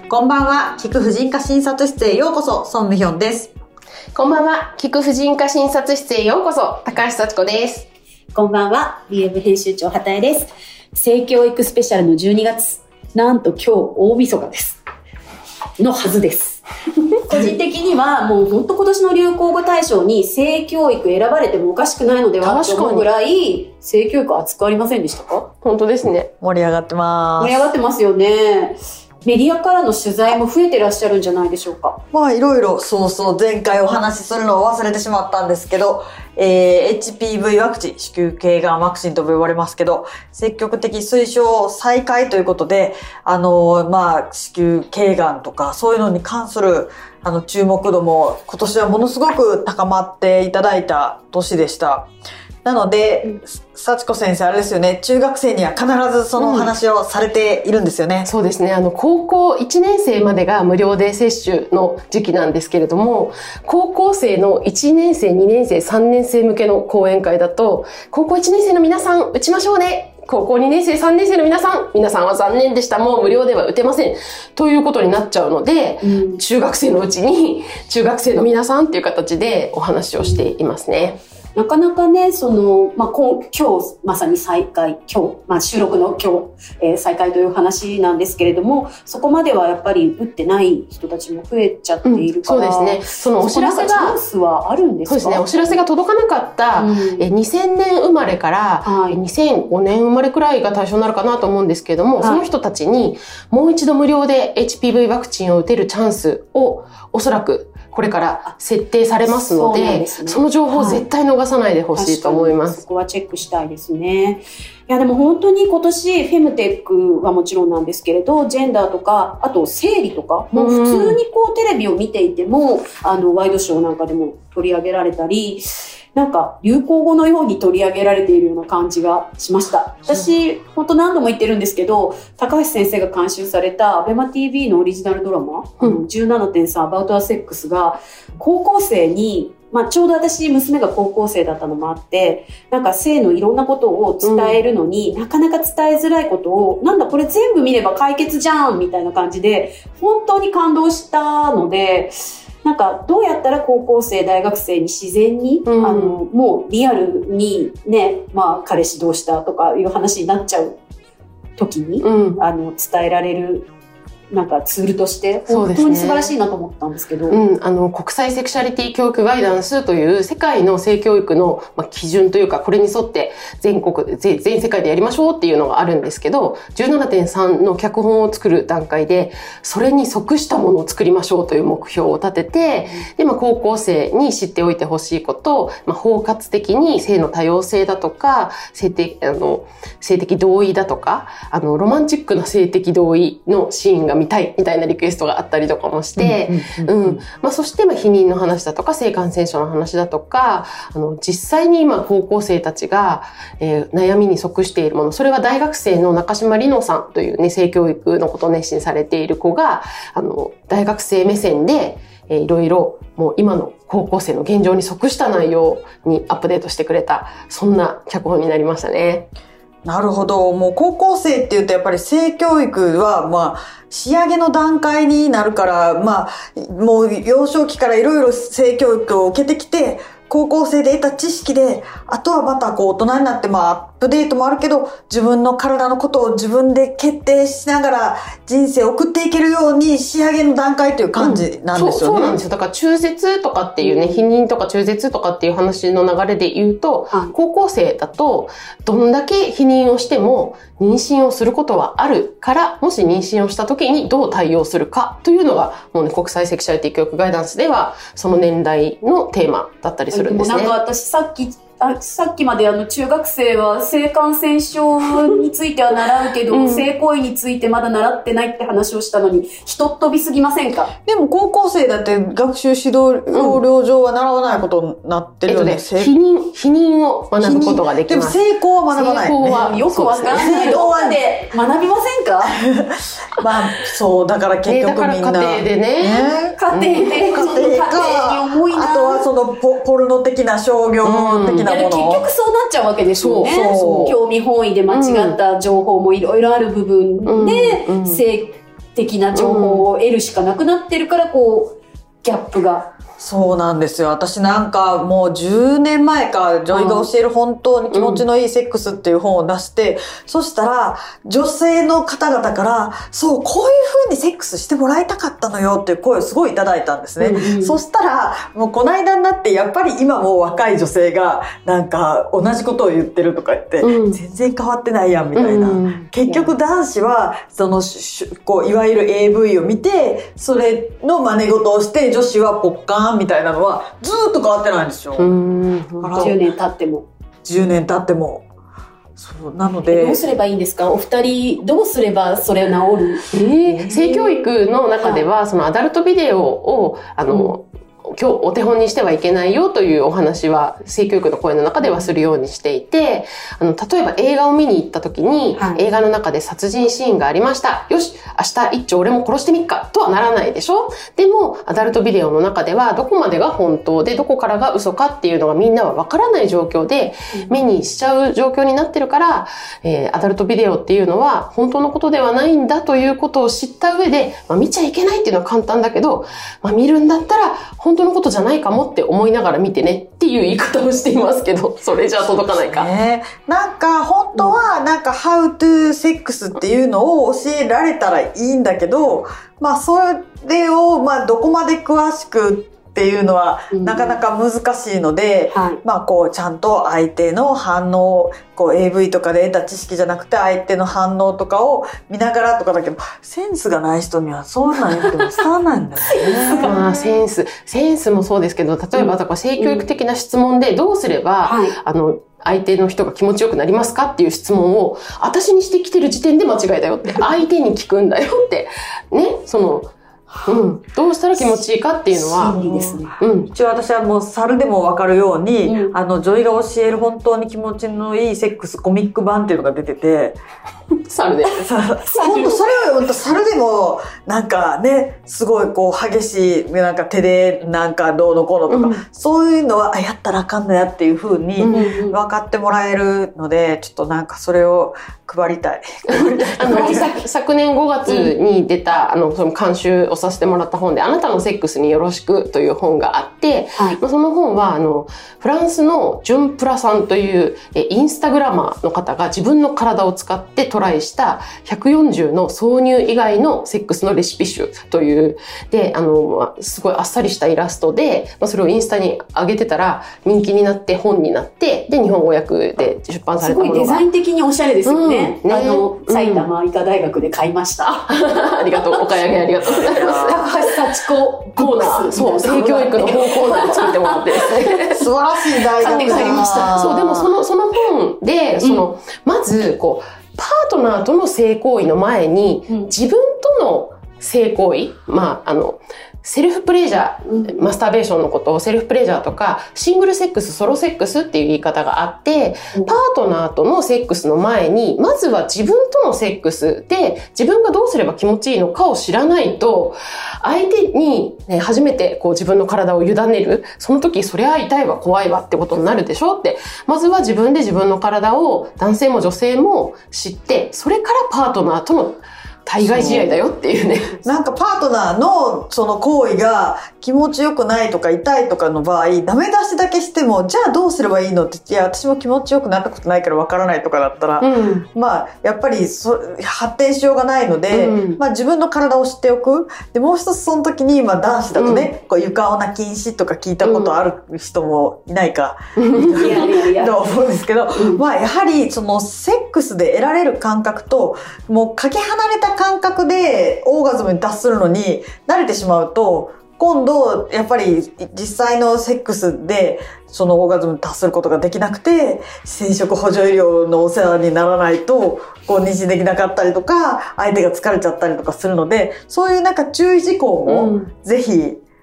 こんばんは、聞く婦人科診察室へようこそ、ソンミヒョンです。 こんばんは、聞く婦人科診察室へようこそ、高橋幸子です。 こんばんは、BM 編集長畑江です。性教育スペシャルの12月、なんと今日大晦日です。のはずです。個人的にはもう本当今年の流行語大賞に性教育選ばれてもおかしくないのではと思うぐらい性教育熱くありませんでしたか？ 本当ですね。 盛り上がってます。 盛り上がってますよね。メディアからの取材も増えてらっしゃるんじゃないでしょうか。 まあいろいろ、前回お話しするのを忘れてしまったんですけど、HPV ワクチン、子宮頸がんワクチンと呼ばれますけど、積極的推奨再開ということで、子宮頸がんとかそういうのに関する注目度も今年はものすごく高まっていただいた年でした。なので、幸子先生あれですよね、中学生には必ずその話をされているんですよね。 そうですね。高校1年生までが無料で接種の時期なんですけれども、高校生の1年生、2年生、3年生向けの講演会だと、高校1年生の皆さん打ちましょうね。高校2年生、3年生の皆さんは残念でした。もう無料では打てません。ということになっちゃうので、中学生のうちに中学生の皆さんっていう形でお話をしていますね。 なかなかね、今日まさに再開、収録の今日、再開という話なんですけれども、そこまではやっぱり打ってない人たちも増えちゃっているから、 そうですね。お知らせがチャンスはあるんですか？ そうですね。お知らせが届かなかった、2000年生まれから、2005年生まれくらいが対象になるかなと思うんですけれども、その人たちにもう一度無料で HPV ワクチンを打てるチャンスをおそらくこれから設定されますので、その情報を絶対逃さないでほしいと思います。 そこはチェックしたいですね。いやでも本当に今年フェムテックはもちろんなんですけれど、ジェンダーとか、あと生理とか、もう普通にテレビを見ていても、ワイドショーなんかでも取り上げられたり、なんか流行語のように取り上げられているような感じがしました。私、本当何度も言ってるんですけど、高橋先生が監修された ABEMA-TV のオリジナルドラマ、17.3 About a Sex が高校生に、ちょうど私、娘が高校生だったのもあって、なんか性のいろんなことを伝えるのに、なかなか伝えづらいことを、なんだこれ全部見れば解決じゃんみたいな感じで、本当に感動したので、なんかどうやったら高校生大学生に自然に、もうリアルにね、彼氏どうしたとかいう話になっちゃう時に、伝えられるなんかツールとして本当に素晴らしいなと思ったんですけど、 国際セクシャリティ教育ガイダンスという世界の性教育の基準というか、これに沿って全世界でやりましょうっていうのがあるんですけど、17.3 の脚本を作る段階でそれに即したものを作りましょうという目標を立てて、で高校生に知っておいてほしいこと、包括的に性の多様性だとか性的同意だとか、ロマンチックな性的同意のシーンが見たいみたいなリクエストがあったりとかもして、そして避妊の話だとか性感染症の話だとか、実際に今高校生たちが、悩みに即しているもの、それは大学生の中島里乃さんというね、性教育のことを熱心されている子が大学生目線でいろいろもう今の高校生の現状に即した内容にアップデートしてくれた、そんな脚本になりましたね。 なるほど。もう高校生っていうとやっぱり性教育は仕上げの段階になるから、もう幼少期からいろいろ性教育を受けてきて、高校生で得た知識で、あとはまた大人になってアップデートもあるけど、自分の体のことを自分で決定しながら人生を送っていけるように仕上げの段階という感じなんですよね。 そうなんですよ。だから中絶とかっていうね、避妊とか中絶とかっていう話の流れで言うと、高校生だとどんだけ避妊をしても妊娠をすることはあるから、もし妊娠をした時にどう対応するかというのが、もうね、国際セクシャリティ教育ガイダンスではその年代のテーマだったりするんですね。 なんか私さっきまで中学生は性感染症については習うけど、性行為についてまだ習ってないって話をしたのに、ひとっ飛びすぎませんか？ でも高校生だって学習指導料上は習わないことになってるよね。 避妊を学ぶことができます。 でも成功は学ばない、ね。 成功はよくわからない。どこかで学びませんか？ そう、だから結局みんな。 家庭でね。 家庭に重いな。 あとはそのポルノ的な商業的なもの。 結局そうなっちゃうわけですよね。興味本位で間違った情報もいろいろある部分で、性的的な情報を得るしかなくなってるから、こう、ギャップが。 そうなんですよ。私なんかもう10年前か、ジョイが教える本当に気持ちのいいセックスっていう本を出して、そしたら女性の方々から、そう、こういう風にセックスしてもらいたかったのよっていう声をすごいいただいたんですね。そしたら、もうこの間になってやっぱり今も若い女性がなんか同じことを言ってるとか言って、全然変わってないやんみたいな。結局男子はそのこういわゆる AV を見て、それの真似事をして女子はポッカーンみたいなのはずーっと変わってないんですよ。 10年経っても。 10年経っても。そうなのでどうすればいいんですか？お二人どうすればそれ治る？ 性教育の中ではそのアダルトビデオを今日お手本にしてはいけないよというお話は性教育の講演の中ではするようにしていて、例えば映画を見に行った時に、映画の中で殺人シーンがありました。よし、明日一丁俺も殺してみっかとはならないでしょ。でもアダルトビデオの中ではどこまでが本当でどこからが嘘かっていうのがみんなはわからない状況で目にしちゃう状況になってるから、アダルトビデオっていうのは本当のことではないんだということを知った上で、見ちゃいけないっていうのは簡単だけど、見るんだったら本当のことじゃないかもって思いながら見てねっていう言い方をしていますけど、それじゃ届かないか。 なんか本当はなんか How to Sex っていうのを教えられたらいいんだけど、それをどこまで詳しくっていうのはなかなか難しいので、こうちゃんと相手の反応、こう AV とかで得た知識じゃなくて相手の反応とかを見ながらとかだけど、センスがない人にはそうなん言っても伝わらないんだよね。 センスもそうですけど、例えば性教育的な質問でどうすれば、相手の人が気持ちよくなりますかっていう質問を私にしてきてる時点で間違いだよって、相手に聞くんだよってね、どうしたら気持ちいいかっていうのは、 心理ですね。 一応私はもう猿でもわかるように、ジョイが教える本当に気持ちのいいセックスコミック版っていうのが出てて、 猿で。 本当それを猿でもなんかね、すごいこう激しいなんか手でなんかどうのこうのとか、そういうのはやったらあかんのやっていう風に分かってもらえるので、ちょっとなんかそれを配りたい。 昨年5月に出たその監修をさせてもらった本で、あなたのセックスによろしくという本があって、その本はフランスのジュンプラさんというインスタグラマーの方が自分の体を使ってトライした140の挿入以外のセックスのレシピ集というで、すごいあっさりしたイラストで、それをインスタに上げてたら人気になって本になって、で日本語訳で出版されたものが、 すごいデザイン的におしゃれですよね。埼玉医科大学で買いました。 ありがとう。お買い上げありがとうございます。 高橋幸子コーナー。そう、性教育の本コーナーで作ってもらってですね。 素晴らしい大学だ。 買って帰りました。 そう、でもその本で、まず、パートナーとの性行為の前に、自分との性行為、セルフプレジャー、マスターベーションのことをセルフプレジャーとか、シングルセックス、ソロセックスっていう言い方があって、パートナーとのセックスの前に、まずは自分とのセックスで、自分がどうすれば気持ちいいのかを知らないと、相手に、初めて自分の体を委ねる、その時そりゃ痛いわ怖いわってことになるでしょって、まずは自分で自分の体を男性も女性も知って、それからパートナーとの対外試合だよっていうね。 なんかパートナーのその行為が気持ちよくないとか痛いとかの場合、ダメ出しだけしても、じゃあどうすればいいのって、いや、私も気持ちよくなったことないからわからないとかだったら、やっぱり発展しようがないので、自分の体を知っておく。で、もう一つその時に、男子だとね、床オナ禁止とか聞いたことある人もいないか、と思うんですけど、やはりそのセックスで得られる感覚と、もうかけ離れた感覚でオーガズムに達するのに慣れてしまうと、今度やっぱり実際のセックスでそのオーガズムに達することができなくて、生殖補助医療のお世話にならないと妊娠できなかったりとか、相手が疲れちゃったりとかするので、そういうなんか注意事項もぜひ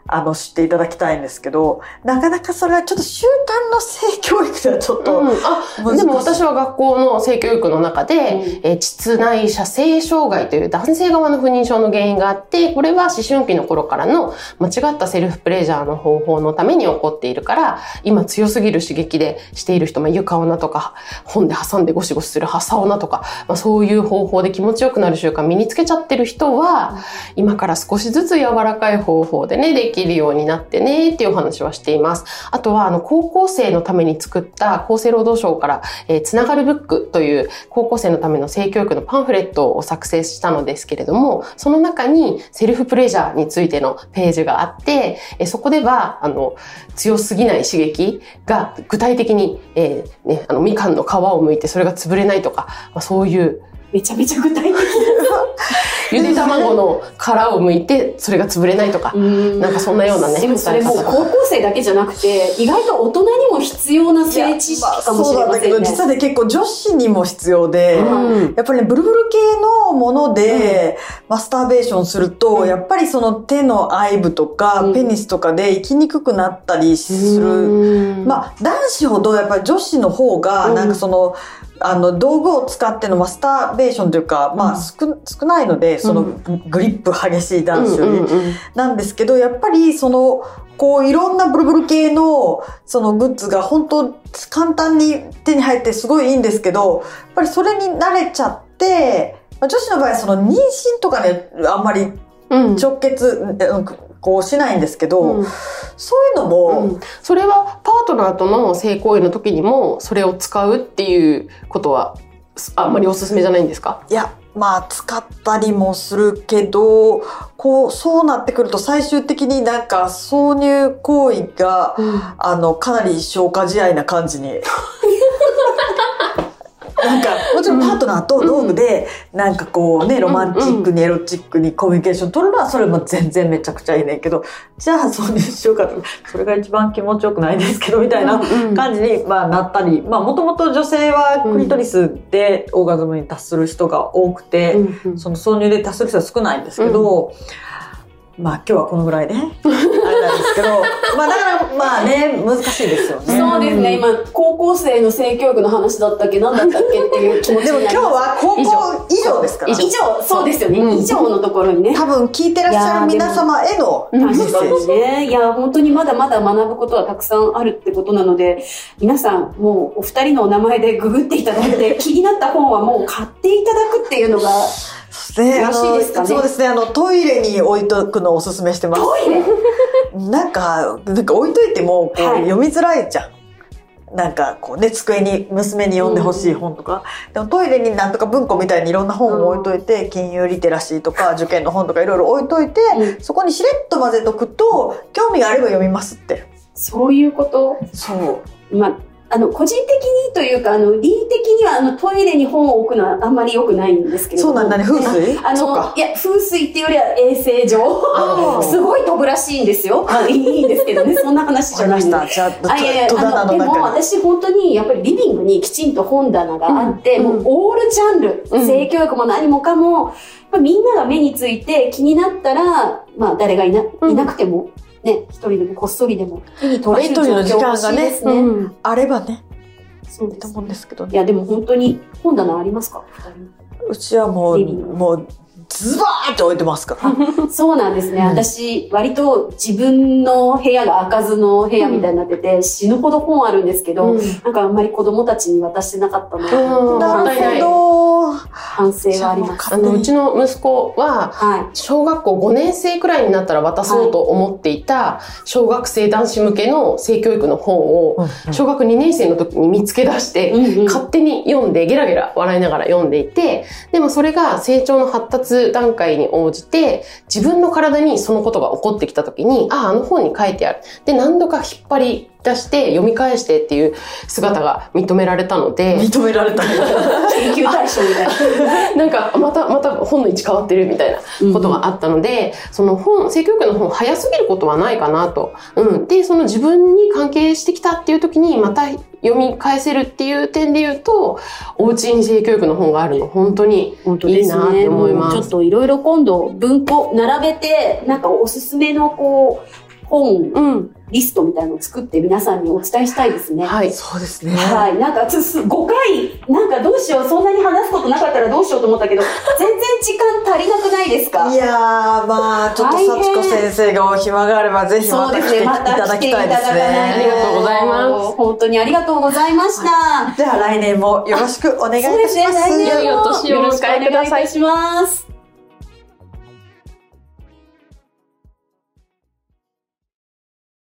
知っていただきたいんですけど、なかなかそれはちょっと集団の性教育ではちょっと、 でも私は学校の性教育の中で、膣内射精障害という男性側の不妊症の原因があって、これは思春期の頃からの間違ったセルフプレジャーの方法のために起こっているから、今強すぎる刺激でしている人、床女とか、本で挟んでゴシゴシするハサ女とか、そういう方法で気持ちよくなる習慣身につけちゃってる人は、今から少しずつ柔らかい方法でね、できるようになってねっていうお話はしています。あとは高校生のために作った厚生労働省から、つながるブックという高校生のための性教育のパンフレットを作成したのですけれども、その中にセルフプレジャーについてのページがあって、そこでは強すぎない刺激が具体的に、みかんの皮を剥いてそれが潰れないとか、そういうめちゃめちゃ具体的ゆで卵の殻を剥いてそれが潰れないとか、なんかそんなようなね。 でもそれもう高校生だけじゃなくて、意外と大人にも必要な性知識かもしれませんね。そうなんだけど、 実はね、結構女子にも必要で、やっぱりね、ブルブル系のもので、マスターベーションすると、やっぱりその手の愛部とか、ペニスとかで生きにくくなったりする。男子ほどやっぱり女子の方が、なんかその、道具を使ってのマスターベーションというか、少ないので、そのグリップ激しい男子よりなんですけど、やっぱりその、いろんなブルブル系のそのグッズが本当簡単に手に入ってすごいいいんですけど、やっぱりそれに慣れちゃって、女子の場合その妊娠とかね、あんまり直結、しないんですけど、そういうのも、 それはパートナーとの性行為の時にもそれを使うっていうことはあんまりおすすめじゃないんですか？ いや、使ったりもするけど、そうなってくると最終的になんか挿入行為が、かなり消化試合な感じに。なんか、もちろんパートナーと道具で、なんかロマンチックにエロチックにコミュニケーション取るのは、それも全然めちゃくちゃいいねんけど、じゃあ挿入しようかと、それが一番気持ちよくないですけど、みたいな感じに、なったり、もともと女性はクリトリスでオーガズムに達する人が多くて、その挿入で達する人は少ないんですけど、今日はこのぐらいで、あれなんですけど、だから難しいですよね。 そうですね。今、高校生の性教育の話だったっけ、何だったっけっていう気持ちになります。 でも今日は高校以上ですから。 以上、そうですよね。以上のところにね。 多分聞いてらっしゃる皆様へのメッセージ。 ね。いや、本当にまだまだ学ぶことはたくさんあるってことなので、皆さん、もうお二人のお名前でググっていただいて、気になった本はもう買っていただくっていうのが、よろしいですかね。 そうですね。トイレに置いとくのをおすすめしてます。 トイレなんか置いといても、読みづらいじゃん。なんか机に娘に読んでほしい本とか。でもトイレになんとか文庫みたいにいろんな本を置いといて、金融リテラシーとか受験の本とかいろいろ置いといて、そこにしれっと混ぜとくと、興味があれば読みますって。 そういうこと。 そう。 個人的にというか、倫理的にはトイレに本を置くのはあんまり良くないんですけれども。 そうなんだね、風水？ そうか。いや、風水っていうよりは衛生上。すごい飛ぶらしいんですよ。いいんですけどね、そんな話じゃないんで。 じゃあ、 でも私本当にやっぱりリビングにきちんと本棚があって、もうオールジャンル、性教育も何もかも、みんなが目について気になったら、誰がいなくても、ね、一人でもこっそりでも手に取れる状況が欲しいですね。 あればね。 そうです。 と思うんですけどね。 いや、でも本当に本棚ありますか？ うちはもう、ズバーって置いてますから。 そうなんですね。私、割と自分の部屋が開かずの部屋みたいになってて、死ぬほど本あるんですけど、なんかあんまり子供たちに渡してなかったの。 なるほど。 反省があります。 うちの息子は、小学校5年生くらいになったら渡そうと思っていた、小学生男子向けの性教育の本を、小学2年生の時に見つけ出して、勝手に読んで、ゲラゲラ笑いながら読んでいて、でもそれが成長の発達段階に応じて、自分の体にそのことが起こってきた時に、あの本に書いてある。で、何度か引っ張り出して読み返してっていう姿が認められたので。 認められた研究対象みたいな。 なんか、また本の位置変わってるみたいなことがあったので、その性教育の本早すぎることはないかなと。で、その自分に関係してきたっていう時にまた読み返せるっていう点で言うと、おうちに性教育の本があるの本当にいいなって思います。 ちょっといろいろ今度文庫並べて、なんかおすすめの本リストみたいなのを作って皆さんにお伝えしたいですね。 はい。 そうですね。 はい。なんか、5回、なんかどうしよう、そんなに話すことなかったらどうしようと思ったけど、全然時間足りなくないですか？ いやー、まあ、ちょっと幸子先生がお暇があれば、ぜひまた来ていただきたいですね。 ありがとうございます。 本当にありがとうございました。 では来年もよろしくお願いいたします。 そうですね、来年も良いお年をお迎えください。 よろしくお願いいたします。